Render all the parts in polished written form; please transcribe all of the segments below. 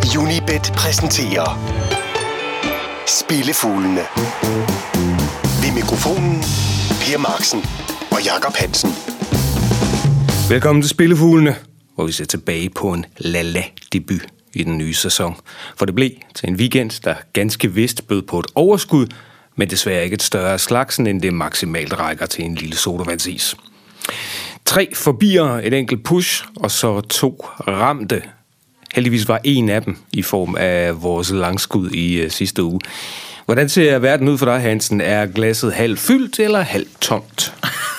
Unibet præsenterer Spillefuglene. Ved mikrofonen Per Marksen og Jakob Hansen. Velkommen til Spillefuglene, hvor vi ser tilbage på en la-la-debut i den nye sæson. For det blev til en weekend, der ganske vist bød på et overskud, men desværre ikke et større slagsen, end det maksimalt rækker til en lille sodavandsis. 3 forbier, et enkelt push, og så 2 ramte. Heldigvis var en af dem i form af vores langskud i sidste uge. Hvordan ser verden ud for dig, Hansen? Er glasset halvt fyldt eller halvt tomt?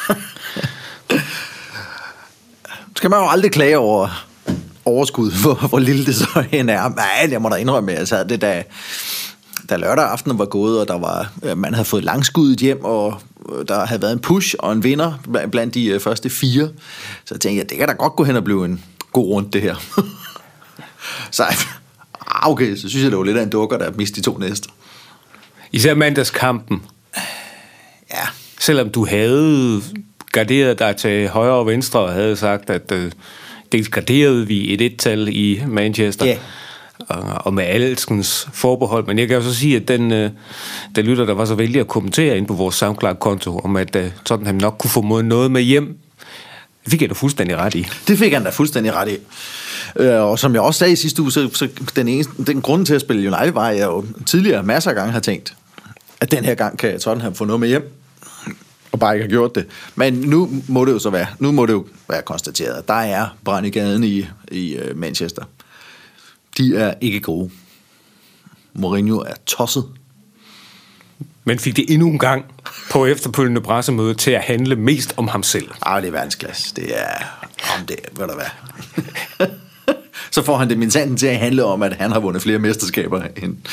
Skal man jo aldrig klage over overskud, hvor lille det så end er. Men jeg må da indrømme, altså det da lørdag aften var gået, og man havde fået langskuddet hjem, og der havde været en push og en vinder blandt de første 4. Så jeg tænkte, det kan da godt gå hen og blive en god runde, det her. Så okay, så synes jeg, det var lidt af en dukker, der mistede de 2 næste. Især mandagskampen. Ja. Selvom du havde garderet dig til højre og venstre, og havde sagt, at det garderede vi et 1-tal i Manchester. Yeah. Og med alskens forbehold. Men jeg kan jo så sige, at den lytter, der var så vældig at kommentere ind på vores SoundCloud-konto, om at Tottenham nok kunne få noget med hjem. Det fik jeg da fuldstændig ret i. Det fik han da fuldstændig ret i. Og som jeg også sagde i sidste uge, så den grund til at spille United var, jeg jo tidligere masser af gange har tænkt, at den her gang kan Tottenham få noget med hjem, og bare ikke har gjort det. Men nu må det jo være konstateret, at der er brand i gaden i Manchester. De er ikke gode. Mourinho er tosset. Men fik det endnu en gang på efterfølgende pressemøde til at handle mest om ham selv? Det er verdensklasse. Det er om det, hvad der var. Så får han det minsanten til at handle om, at han har vundet flere mesterskaber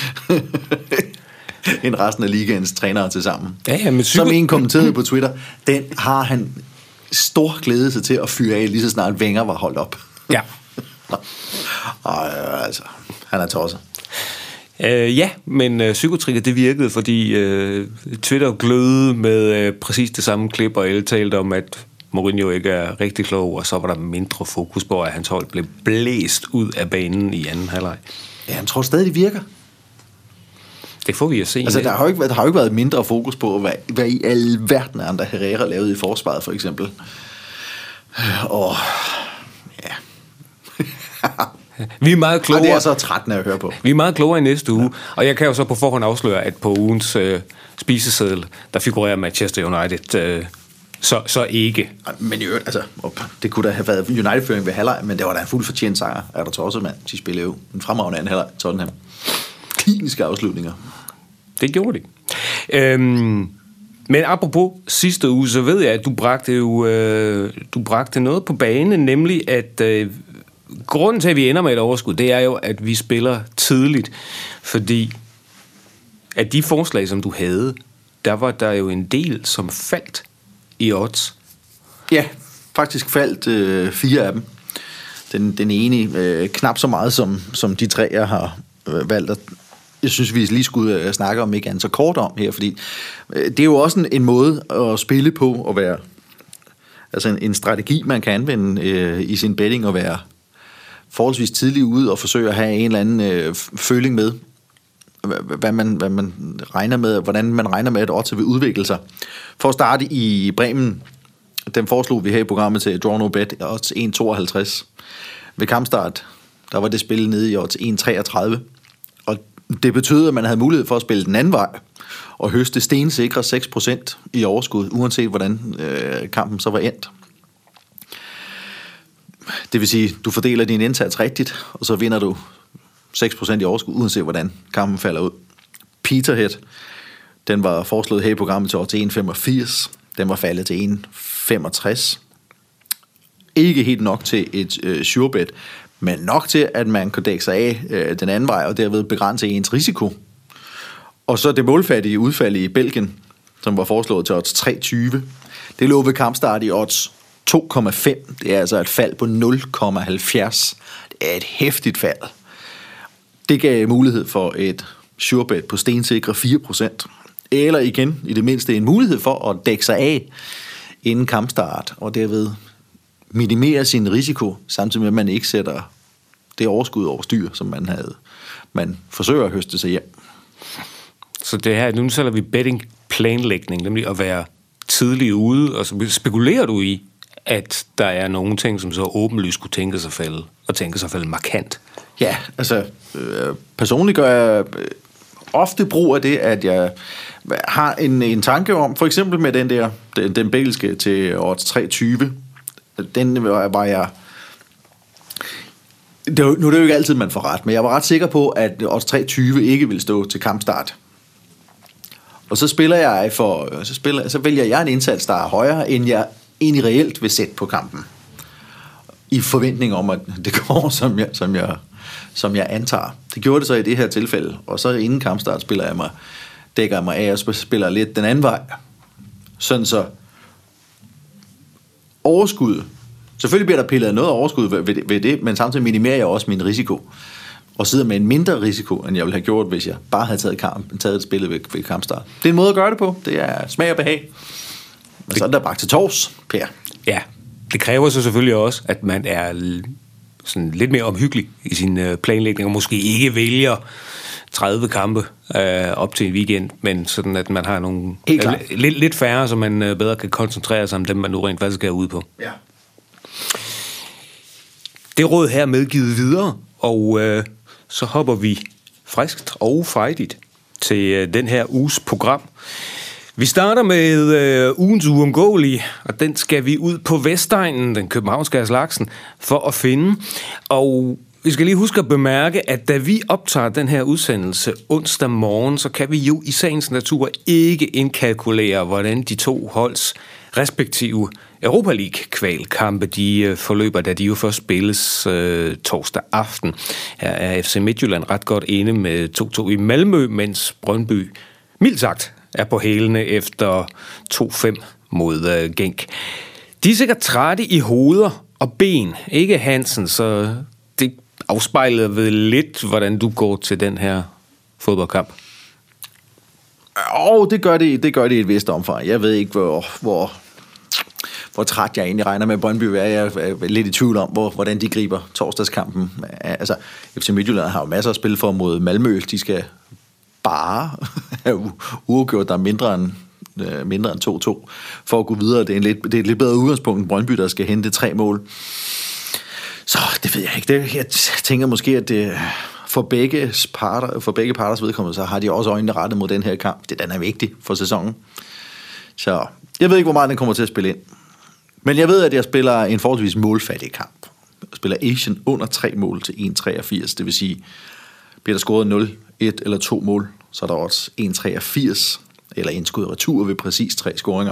end resten af ligaens trænere til sammen. Ja, som en kommenterede på Twitter, den har han stor glæde sig til at fyre af, lige så snart Wenger var holdt op. Ja. Altså, han er tosset. Ja, men psykotrigger, det virkede, fordi Twitter glødede med præcis det samme klip, og alle talte om, at Mourinho ikke er rigtig klog, og så var der mindre fokus på, at hans hold blev blæst ud af banen i anden halvleg. Ja, han tror stadig, det virker. Det får vi at se. Altså, der har jo ikke været mindre fokus på, hvad i alverden andre Herrera lavede i forsvaret, for eksempel. Og ja... Vi er meget klogere. Og det er så trættende at høre på. Vi er meget klogere i næste uge, og jeg kan jo så på forhånd afsløre, at på ugens spiseseddel, der figurerer Manchester United så ikke. Men jo, altså, det kunne da have været United-føring ved halvleg, men det var da en fuldt fortjent sejr. Er der tosset, mand? De spiller jo en fremragende anden halvleg, Tottenham. Kliniske afslutninger. Det gjorde de. Men apropos sidste uge, så ved jeg, at du bragte noget på banen, nemlig at grunden til, at vi ender med et overskud, det er jo, at vi spiller tidligt, fordi at de forslag, som du havde, der var der jo en del, som faldt i odds. Ja, faktisk faldt 4 af dem. Den ene knap så meget, som de 3, jeg har valgt at... Jeg synes, vi lige skulle snakke om ikke andet så kort om her, fordi det er jo også en måde at spille på, at være... Altså en strategi, man kan anvende i sin betting, at være forholdsvis tidligt ude og forsøge at have en eller anden føling med, hvad man regner med, hvordan man regner med, at odds vil udvikle sig. For at starte i Bremen, den foreslog vi her i programmet til Draw No Bet, odds 1,52. Ved kampstart, der var det spillet nede i odds 1,33. Og det betød, at man havde mulighed for at spille den anden vej, og høste stensikre 6% i overskud, uanset hvordan kampen så var endt. Det vil sige, du fordeler din indsats rigtigt, og så vinder du 6% i overskud, uanset hvordan kampen falder ud. Peterhead, den var foreslået her i programmet til odds 1,85. Den var faldet til 1,65. Ikke helt nok til et surebet, men nok til, at man kunne dække sig af den anden vej, og derved begrænse ens risiko. Og så det målfattige udfald i Belgien, som var foreslået til odds 3,20. Det lå ved kampstart i odds 2,5. Det er altså et fald på 0,70. Det er et hæftigt fald. Det gav mulighed for et surebet på stensikre 4%. Eller igen, i det mindste, en mulighed for at dække sig af inden kampstart, og derved minimere sin risiko, samtidig med, at man ikke sætter det overskud over styr, som man forsøger at høste sig hjem. Så det her, nu sælger vi betting-planlægning, nemlig at være tidligt ude, og så spekulerer du i, at der er nogle ting, som så åbenlyst kunne tænke sig falde markant? Ja, altså personligt gør jeg ofte brug af det, at jeg har en tanke om, for eksempel med den belgiske til odds 320, den var jeg... Nu er det jo ikke altid, man får ret, men jeg var ret sikker på, at odds 320 ikke ville stå til kampstart. Og så vælger jeg en indsats, der er højere, end jeg egentlig reelt vil sætte på kampen. I forventning om, at det går, som jeg antager. Det gjorde det så i det her tilfælde. Og så inden kampstart dækker jeg mig af og spiller lidt den anden vej. Sådan så overskud. Selvfølgelig bliver der pillet noget overskud ved det, men samtidig minimerer jeg også min risiko. Og sidder med en mindre risiko, end jeg ville have gjort, hvis jeg bare havde taget spillet ved kampstart. Det er en måde at gøre det på. Det er smag og behag. Og så er der bragt til tors, Per. Ja, det kræver så selvfølgelig også, at man er sådan lidt mere omhyggelig i sin planlægning, og måske ikke vælger 30 kampe op til en weekend, men sådan at man har nogle lidt færre, så man bedre kan koncentrere sig om dem, man nu rent faktisk er ude på. Ja. Det råd her medgivet videre, og så hopper vi friskt og frejdigt til den her uges program. Vi starter med ugens uundgåelige, og den skal vi ud på Vestegnen, den københavnske Aslaksen, for at finde. Og vi skal lige huske at bemærke, at da vi optager den her udsendelse onsdag morgen, så kan vi jo i sagens natur ikke indkalkulere, hvordan de to holds respektive Europa League-kvalkampe, de forløber, da de jo først spilles torsdag aften. Her er FC Midtjylland ret godt inde med 2-2 i Malmø, mens Brøndby, mildt sagt, er på hælene efter 2-5 mod Genk. De er sikkert trætte i hoveder og ben, ikke Hansen, så det afspejler ved lidt, hvordan du går til den her fodboldkamp. Det gør det i et vist omfang. Jeg ved ikke, hvor træt jeg egentlig regner med Brøndby. Jeg er lidt i tvivl om, hvordan de griber torsdagskampen. Altså, FC Midtjylland har jo masser af spil for mod Malmø. De skal bare have uafgjort, der er mindre end 2-2 for at gå videre. Det er et lidt bedre udgangspunkt end Brøndby, der skal hente 3 mål. Så det ved jeg ikke. Jeg tænker måske, at det for begge parters vedkommende, så har de også øjnene rettet mod den her kamp. Den er vigtig for sæsonen. Så jeg ved ikke, hvor meget den kommer til at spille ind. Men jeg ved, at jeg spiller en forholdsvis målfattig kamp. Jeg spiller Asian under 3 mål til 1,83. Det vil sige, bliver der scoret 0, 1 eller 2 mål, så er der også 1,83 eller indskud og retur ved præcis 3 scoringer.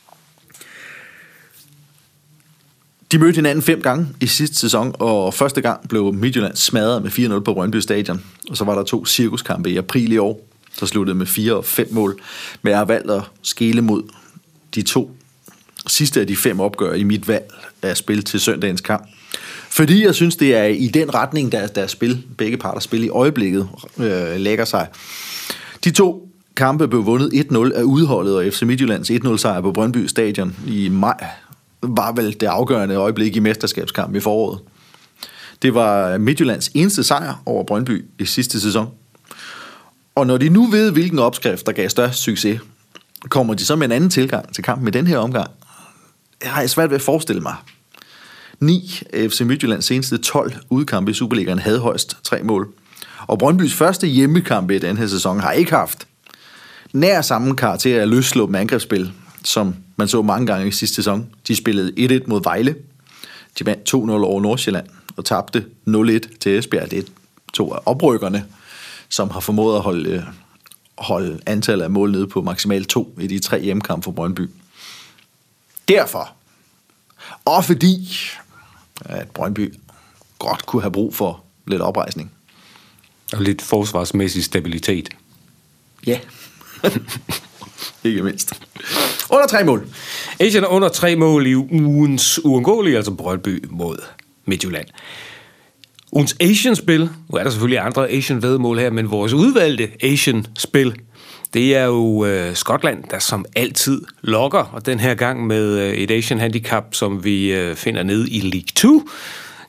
De mødte hinanden 5 gange i sidste sæson, og første gang blev Midtjylland smadret med 4-0 på Brøndby Stadion. Og så var der 2 cirkuskampe i april i år, der sluttede med 4 og 5 mål. Men jeg har valgt at skele mod de 2 sidste af de 5 opgør i mit valg af spil til søndagens kamp. Fordi jeg synes, det er i den retning, der spil, begge parter spil i øjeblikket, lægger sig. De 2 kampe blev vundet 1-0 af udholdet, og FC Midtjyllands 1-0-sejr på Brøndby Stadion i maj var vel det afgørende øjeblik i mesterskabskampen i foråret. Det var Midtjyllands eneste sejr over Brøndby i sidste sæson. Og når de nu ved, hvilken opskrift, der gav størst succes, kommer de så med en anden tilgang til kampen i den her omgang. Jeg har svært ved at forestille mig. 9 FC Midtjyllands seneste 12 udkampe i Superligaen havde højst 3 mål. Og Brøndbys første hjemmekampe i den her sæson har ikke haft nær samme karakter af løsslåbende angrebsspil, som man så mange gange i sidste sæson. De spillede 1-1 mod Vejle. De vandt 2-0 over Nordsjælland og tabte 0-1 til Esbjerg. Det er 2 af oprykkerne, som har formået at holde antallet af mål nede på maksimalt 2 i de 3 hjemmekampe for Brøndby. Derfor, og fordi at Brøndby godt kunne have brug for lidt oprejsning. Og lidt forsvarsmæssig stabilitet. Ja, ikke mindst. Under 3 mål. Asian er under 3 mål i ugens uundgåelige, altså Brøndby mod Midtjylland. Ugens Asian-spil, nu er der selvfølgelig andre Asian-væddemål her, men vores udvalgte Asian-spil, det er jo Skotland, der som altid lokker, og den her gang med et Asian-handicap, som vi finder nede i League 2.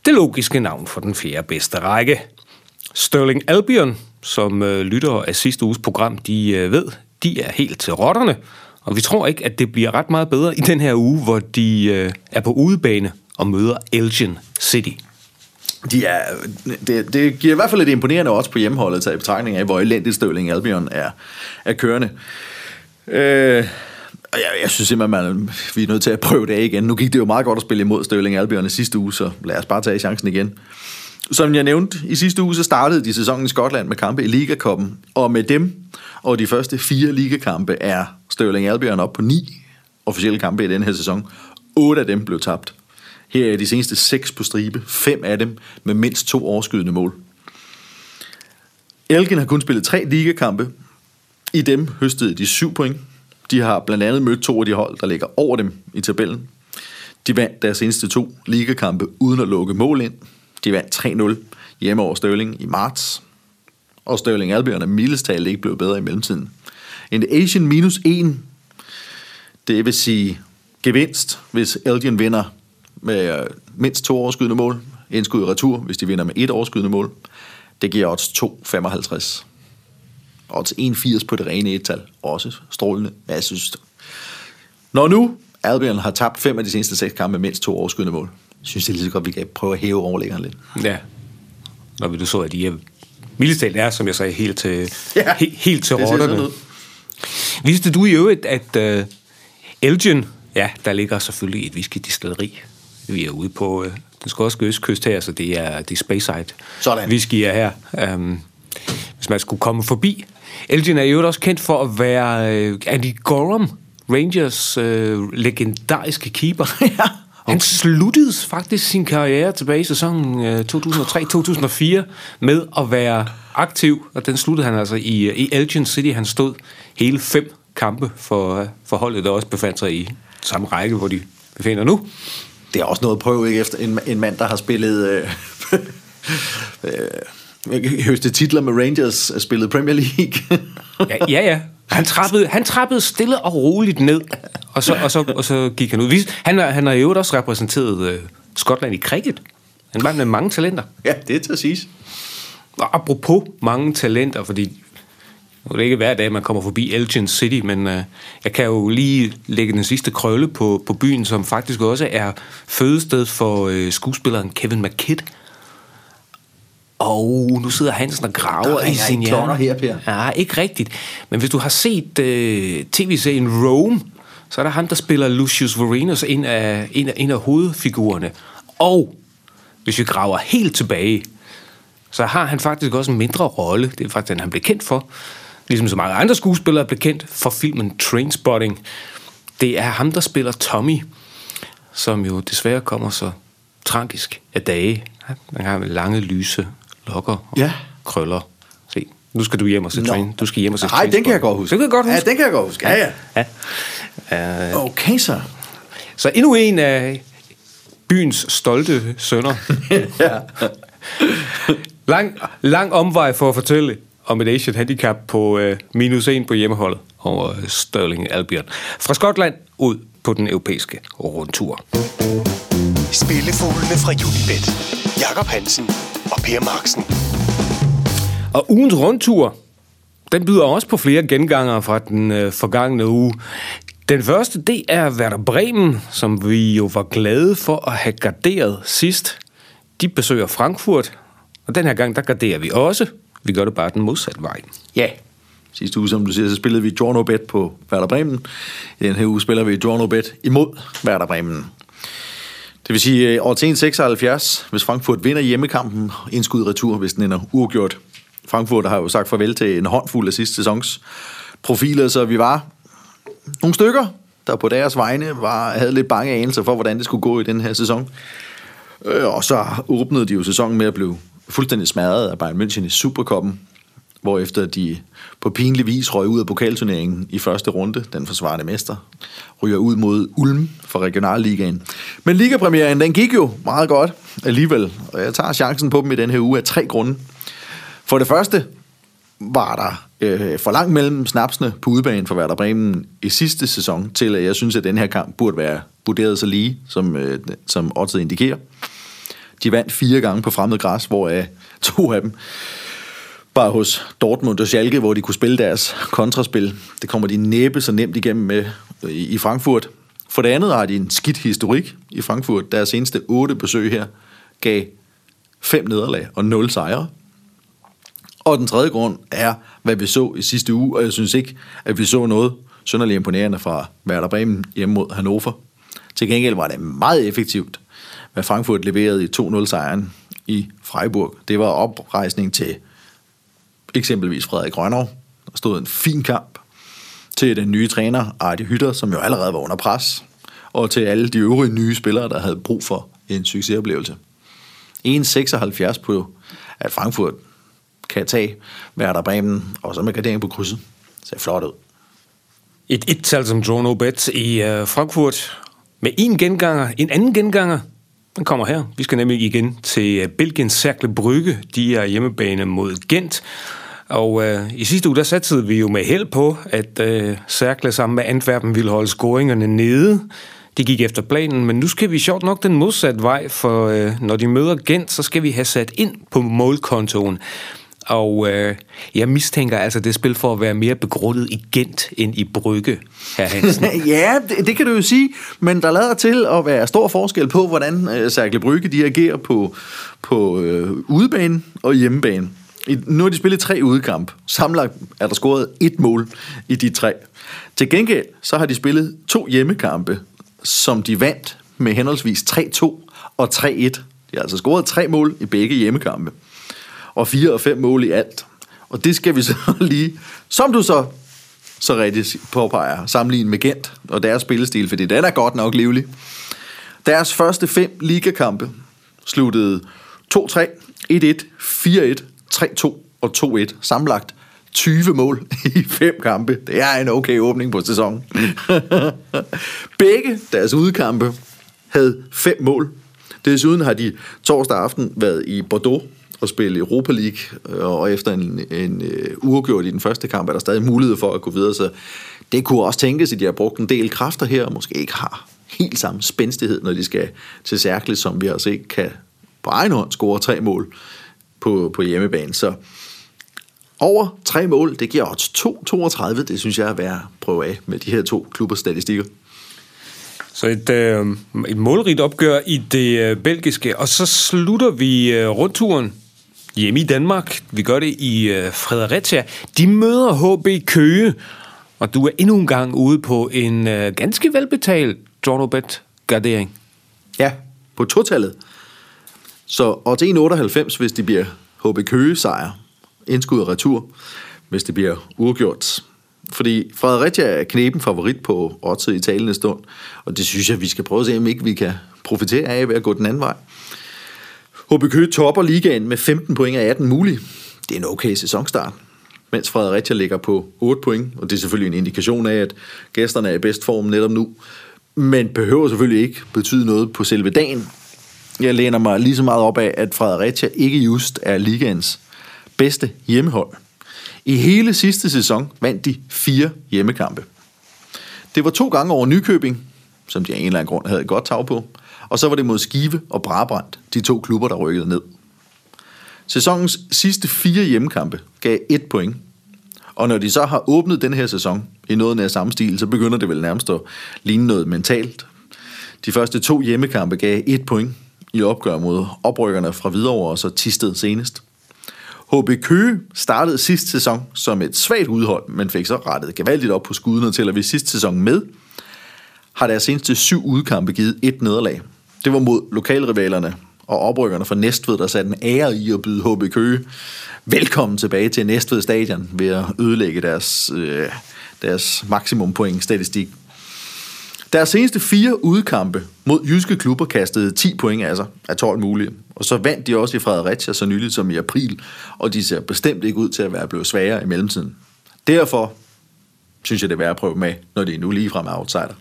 det logiske navn for den 4. bedste række. Stirling Albion, som lytter af sidste uges program, de ved, de er helt til rotterne, og vi tror ikke, at det bliver ret meget bedre i den her uge, hvor de er på udebane og møder Elgin City. Det giver i hvert fald et imponerende odds på hjemmeholdet, taget i betragtning af, hvor elendigt Stirling Albion er kørende. Jeg synes simpelthen, vi er nødt til at prøve det af igen. Nu gik det jo meget godt at spille imod Stirling Albion i sidste uge, så lad os bare tage chancen igen. Som jeg nævnte, i sidste uge så startede de sæsonen i Skotland med kampe i Ligacupen, og med dem og de første 4 ligakampe er Stirling Albion op på 9 officielle kampe i den her sæson. 8 af dem blev tabt. Her er de seneste 6 på stribe, 5 af dem med mindst 2 overskydende mål. Elgin har kun spillet 3 ligakampe. I dem høstede de 7 point. De har blandt andet mødt 2 af de hold, der ligger over dem i tabellen. De vandt deres seneste 2 ligakampe uden at lukke mål ind. De vandt 3-0 hjemme over Stirling i marts. Og Stirling Albion er mildest talt ikke blevet bedre i mellemtiden. En Asian -1, det vil sige gevinst, hvis Elgin vinder med mindst 2 overskydende mål. Indskud i retur, hvis de vinder med 1 overskydende mål. Det giver odds 2,55. Odds 1,80 på det rene ettal. Også strålende. Men jeg synes, når nu Albion har tabt 5 af de seneste 6 kampe med mindst 2 overskydende mål, synes jeg lige så godt, vi kan prøve at hæve overlæggeren lidt. Ja. Når vi så, at de er mildestalt er, som jeg sagde, helt til rotterne. Vidste du i øvrigt, at Elgin, ja, der ligger selvfølgelig et whiskydistilleri. Vi er ude på den skotske østkyst her, så det er Speyside whiskyer her. Hvis man skulle komme forbi. Elgin er jo også kendt for at være Andy Gorham, Rangers legendariske keeper. Ja. Han sluttede faktisk sin karriere tilbage i sæsonen 2003-2004 med at være aktiv, og den sluttede han altså i Elgin City. Han stod hele 5 kampe for holdet, der også befandt sig i samme række, hvor de befinder nu. Det er også noget at prøve, ikke? Efter en mand, der har spillet høste titler med Rangers, spillet Premier League. ja. Han trappede stille og roligt ned, og så gik han ud. Han har jo også repræsenteret Skotland i cricket. Han var med mange talenter. Ja, det er til at sige. Og apropos mange talenter, fordi nu er det ikke hver dag, man kommer forbi Elgin City, men jeg kan jo lige lægge den sidste krølle på byen, som faktisk også er fødested for skuespilleren Kevin McKidd. Og nu sidder Hansen og graver i sin hjerne. Her, Per. Ja, ikke rigtigt. Men hvis du har set tv-serien Rome, så er der ham, der spiller Lucius Vorenus, en af hovedfigurerne. Og hvis vi graver helt tilbage, så har han faktisk også en mindre rolle. Det er faktisk den, han blev kendt for. Ligesom så mange andre skuespillere blev kendt for filmen Trainspotting. Det er ham, der spiller Tommy, som jo desværre kommer så tragisk af dage. Han har lange, lyse lokker og krøller. Se, nu skal du hjem og se Train. Du skal hjem og se Train. Nej, den kan jeg godt huske. Det kan jeg godt huske. Ja, den kan jeg godt huske. Ja. Okay, så. Så endnu en af byens stolte sønner. lang omvej for at fortælle om et Asian handicap på -1 på hjemmeholdet over Stirling Albion. Fra Skotland ud på den europæiske rundtur. Spillefuglene fra Unibet. Jakob Hansen og Per Marksen. Og ugens rundtur, den byder også på flere gengangere fra den forgangne uge. Den første, det er Werder Bremen, som vi jo var glade for at have garderet sidst. De besøger Frankfurt, og den her gang, der garderer vi også. Vi gør det bare den modsatte vej. Ja, sidste uge, som du siger, så spillede vi draw no bet på Werder Bremen. I den her uge spiller vi draw no bet imod Werder Bremen. Det vil sige over til 1,76, hvis Frankfurt vinder hjemmekampen, indskud retur, hvis den ender uafgjort. Frankfurt har jo sagt farvel til en håndfuld af sidste sæsons profiler, så vi var nogle stykker, der på deres vegne havde lidt bange anelser for, hvordan det skulle gå i den her sæson. Og så åbnede de jo sæsonen med at blive fuldstændig smadret af Bayern München i Supercuppen, hvorefter de på pinlig vis røg ud af pokalturneringen i første runde, den forsvarende mester, ryger ud mod Ulm for regionalligaen. Men ligapremieren, den gik jo meget godt alligevel, og jeg tager chancen på dem i den her uge af 3 grunde. For det første var der for langt mellem snapsene på udbanen for Werder Bremen i sidste sæson, til at jeg synes, at den her kamp burde være vurderet så lige, som oddset indikerer. De vandt 4 gange på fremmed græs, hvoraf 2 af dem bare hos Dortmund og Schalke, hvor de kunne spille deres kontraspil. Det kommer de næppe så nemt igennem med i Frankfurt. For det andet har de en skidt historik i Frankfurt. Deres seneste 8 besøg her gav 5 nederlag og 0 sejre. Og den tredje grund er, hvad vi så i sidste uge, og jeg synes ikke, at vi så noget synderligt imponerende fra Werder Bremen hjemme mod Hannover. Til gengæld var det meget effektivt, hvad Frankfurt leverede i 2-0-sejren i Freiburg. Det var oprejsning til eksempelvis Frederik Rønnow. Der stod en fin kamp til den nye træner, Adi Hütter, som jo allerede var under pres, og til alle de øvrige nye spillere, der havde brug for en succesoplevelse. 1,76 på, at Frankfurt kan tage Werder Bremen, og så med gardering på krydset. Ser flot ud. Et et-tal som Jono Bet i Frankfurt med en anden genganger. Den kommer her. Vi skal nemlig igen til Belgiens Cercle Brugge. De er hjemmebane mod Gent. Og i sidste uge, der satte vi jo med held på, at Cercle sammen med Antwerpen ville holde scoringerne nede. Det gik efter planen, men nu skal vi sjovt nok den modsatte vej, for når de møder Gent, så skal vi have sat ind på målkontoen. Og jeg mistænker altså det spil for at være mere begrundet i Gent end i Brugge, hr. Hansen. Ja, det kan du jo sige, men der lader til at være stor forskel på, hvordan Cercle Brugge de agerer på udebane og hjemmebane. Nu har de spillet 3 udekamp. Sammenlagt er der scoret 1 mål i de 3. Til gengæld så har de spillet 2 hjemmekampe, som de vandt med henholdsvis 3-2 og 3-1. De har altså scoret 3 mål i begge hjemmekampe. Og 4 og 5 mål i alt. Og det skal vi så lige, som du så rigtig påpeger, sammenligne med Gent og deres spillestil, fordi den er godt nok livlig. Deres første 5 ligakampe sluttede 2-3, 1-1, 4-1, 3-2 og 2-1. Sammenlagt 20 mål i 5 kampe. Det er en okay åbning på sæsonen. Begge deres udekampe havde 5 mål. Desuden har de torsdag aften været i Bordeaux og spille Europa League, og efter en uafgjort i den første kamp, er der stadig mulighed for at gå videre, så det kunne også tænkes, at de har brugt en del kræfter her, og måske ikke har helt samme spændstighed, når de skal til Cercle, som vi har set, kan på egen hånd score 3 mål på hjemmebane. Så over 3 mål, det giver odds 2,32, det synes jeg er værd at prøve af med de her 2 klubbers statistikker. Så et målrigt opgør i det belgiske, og så slutter vi rundturen hjemme i Danmark. Vi gør det i Fredericia. De møder HB Køge, og du er endnu en gang ude på en ganske velbetalt Jono Bet gardering. Ja, på totallet. Så odds 1,98, hvis det bliver HB Køge sejr, indskud og retur, hvis det bliver uafgjort. Fordi Fredericia er knepen favorit på oddset i talende stund, og det synes jeg, vi skal prøve at se, om ikke vi kan profitere af ved at gå den anden vej. HB Køge topper ligaen med 15 point af 18 mulige. Det er en okay sæsonstart, mens Fredericia ligger på 8 point, og det er selvfølgelig en indikation af, at gæsterne er i bedst form netop nu, men behøver selvfølgelig ikke betyde noget på selve dagen. Jeg læner mig lige så meget op af, at Fredericia ikke just er ligaens bedste hjemmehold. I hele sidste sæson vandt de 4 hjemmekampe. Det var 2 gange over Nykøbing, som de af en eller anden grund havde et godt tag på, og så var det mod Skive og Brabrand, de 2 klubber, der rykkede ned. Sæsonens sidste 4 hjemmekampe gav 1 point, og når de så har åbnet den her sæson i noget af samme stil, så begynder det vel nærmest at ligne noget mentalt. De første 2 hjemmekampe gav 1 point i opgør mod oprykkerne fra Hvidovre og så Thisted senest. HB Køge startede sidste sæson som et svagt udhold, men fik så rettet gevaldigt op på skuddene til at vi sidste sæson med, har deres seneste 7 udkampe givet 1 nederlag. Det var mod lokalrivalerne og oprykkerne fra Næstved, der satte en ære i at byde HB Køge velkommen tilbage til Næstved Stadion ved at ødelægge deres maksimumpoint-statistik. Deres seneste 4 udkampe mod jyske klubber kastede 10 point af sig af 12 mulige. Og så vandt de også i Fredericia så nyligt som i april, og de ser bestemt ikke ud til at være blevet svagere i mellemtiden. Derfor synes jeg, det er værd at prøve med, når det er nu ligefrem er outsider.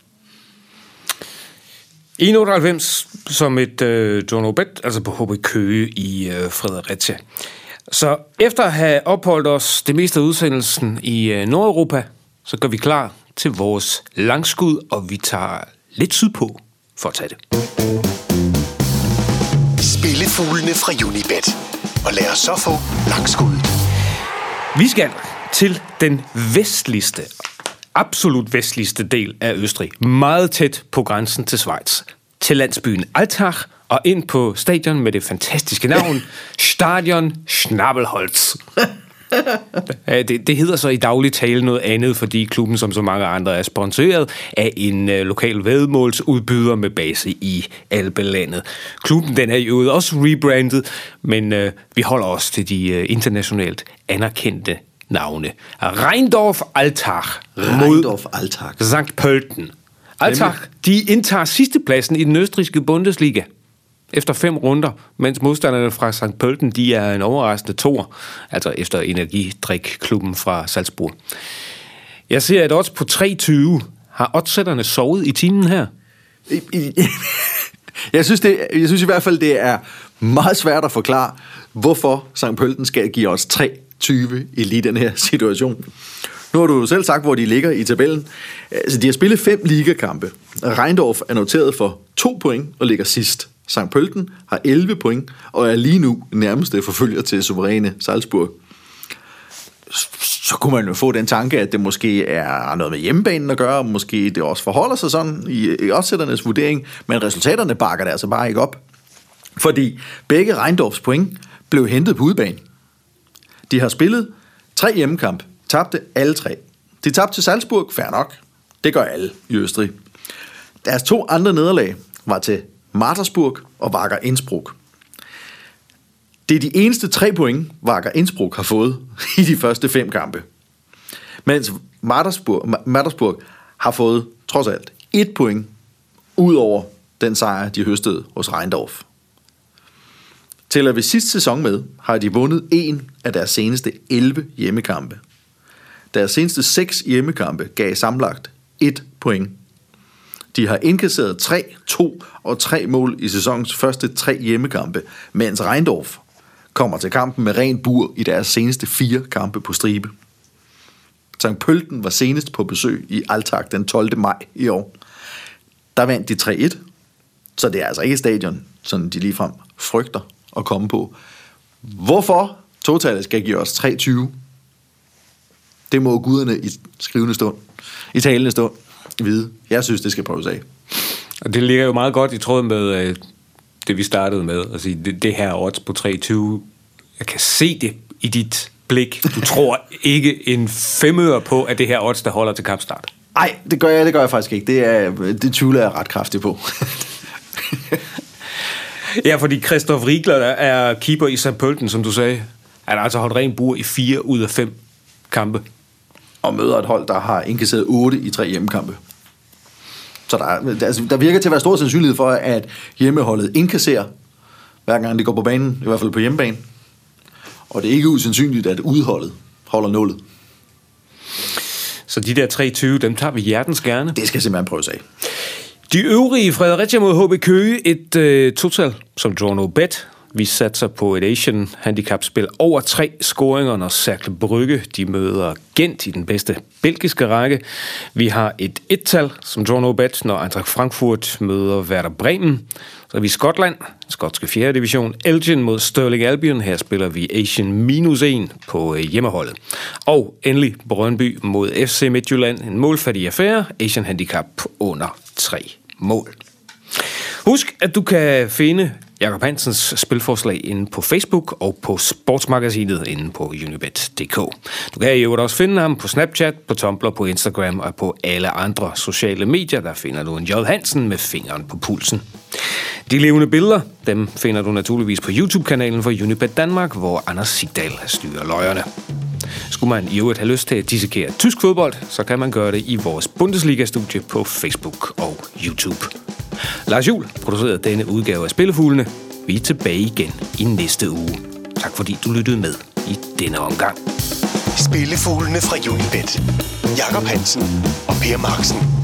1,98 som et Jono Bet, altså på HB Køge i Fredericia. Så efter at have opholdt os det meste af udsendelsen i Nordeuropa, så går vi klar til vores langskud, og vi tager lidt sydpå for at tage det. Spillefuglen. Spillefuglene fra Unibet. Og lad os så få langskuddet. Vi skal til den vestligste, absolut vestligste del af Østrig. Meget tæt på grænsen til Schweiz. Til landsbyen Altach og ind på stadion med det fantastiske navn Stadion Schnabelholz. Det hedder så i daglig tale noget andet, fordi klubben, som så mange andre, er sponsoreret af en lokal væddemålsudbyder med base i Alpelandet. Klubben, den er jo også rebrandet, men vi holder os til de internationalt anerkendte navne. Rheindorf Altach mod St. Pölten. Altach, de indtager sidstepladsen i den østrigske Bundesliga efter 5 runder, mens modstanderne fra St. Pölten, de er en overraskende toer, altså efter energidrikklubben fra Salzburg. Jeg ser et odds på 3,20. Har oddsætterne sovet i timen her? Jeg synes i hvert fald, det er meget svært at forklare, hvorfor St. Pölten skal give os 3,20 i lige den her situation. Nu har du selv sagt, hvor de ligger i tabellen. Altså, de har spillet 5 ligakampe. Rheindorf er noteret for 2 point og ligger sidst. St. Pölten har 11 point og er lige nu nærmeste forfølger til suveræne Salzburg. Så kunne man jo få den tanke, at det måske er noget med hjemmebanen at gøre, og måske det også forholder sig sådan i oddsætternes vurdering, men resultaterne bakker det altså bare ikke op. Fordi begge Rheindorfs point blev hentet på udebane. De har spillet 3 hjemmekamp, tabte alle 3. De tabte til Salzburg, fair nok. Det gør alle i Østrig. Deres 2 andre nederlag var til Mattersburg og Wacker Innsbruck. Det er de eneste 3 point, Wacker Innsbruck har fået i de første 5 kampe. Mens Mattersburg har fået, trods alt, 1 point ud over den sejr, de høstede hos Rheindorf. Tæller vi sidste sæson med, har de vundet 1 af deres seneste 11 hjemmekampe. Deres seneste 6 hjemmekampe gav sammenlagt 1 point. De har indkasseret 3, 2 og 3 mål i sæsonens første 3 hjemmekampe, mens Rheindorf kommer til kampen med ren bur i deres seneste 4 kampe på stribe. St. Pölten var senest på besøg i Altach den 12. maj i år. Der vandt de 3-1, så det er altså ikke et stadion, som de ligefrem frygter at komme på. Hvorfor totalet skal give os 3,20? Det må guderne i skrivende stund, i talende stund, vide. Jeg synes, det skal prøves af. Og det ligger jo meget godt i tråd med det, vi startede med. Altså, det her odds på 3,20. Jeg kan se det i dit blik. Du tror ikke en 5 øre på, at det her odds, der holder til kampstart. Nej, det gør jeg faktisk ikke. Det tvivler jeg ret kraftigt på. Ja, fordi Christoph Riegler, der er keeper i St. Pölten, som du sagde. Han har altså holdt ren bur i 4 ud af 5 kampe. Og møder et hold, der har indkasseret 8 i 3 hjemmekampe. Så der virker til at være stor sandsynlighed for, at hjemmeholdet indkasserer, hver gang de går på banen, i hvert fald på hjemmebane. Og det er ikke usandsynligt, at udholdet holder nullet. Så de der 3,20, dem tager vi hjertens gerne. Det skal simpelthen prøves af. De øvrige Fredericia mod HB Køge, et total som draw no bet. Vi satser på et Asian handicapspil over 3 scoringer, når Cercle Brugge de møder Gent i den bedste belgiske række. Vi har et 1-tal som draw no bet, når Eintracht Frankfurt møder Werder Bremen. Så er vi i Skotland, skotske 4. division. Elgin mod Stirling Albion. Her spiller vi Asian -1 på hjemmeholdet. Og endelig Brøndby mod FC Midtjylland. En målfattig affære. Asian handicap under 3 mål. Husk, at du kan finde Jakob Hansens spilforslag inde på Facebook og på Sportsmagasinet inde på unibet.dk. Du kan jo også finde ham på Snapchat, på Tumblr, på Instagram og på alle andre sociale medier. Der finder du en J. Hansen med fingeren på pulsen. De levende billeder, dem finder du naturligvis på YouTube-kanalen for Unibet Danmark, hvor Anders Sigdal styrer løjerne. Skulle man i øvrigt have lyst til at dissekere tysk fodbold, så kan man gøre det i vores Bundesliga-studie på Facebook og YouTube. Lars Juhl producerede denne udgave af Spillefuglene. Vi er tilbage igen i næste uge. Tak fordi du lyttede med i denne omgang. Spillefuglene fra Unibet. Jakob Hansen og Per Marksen.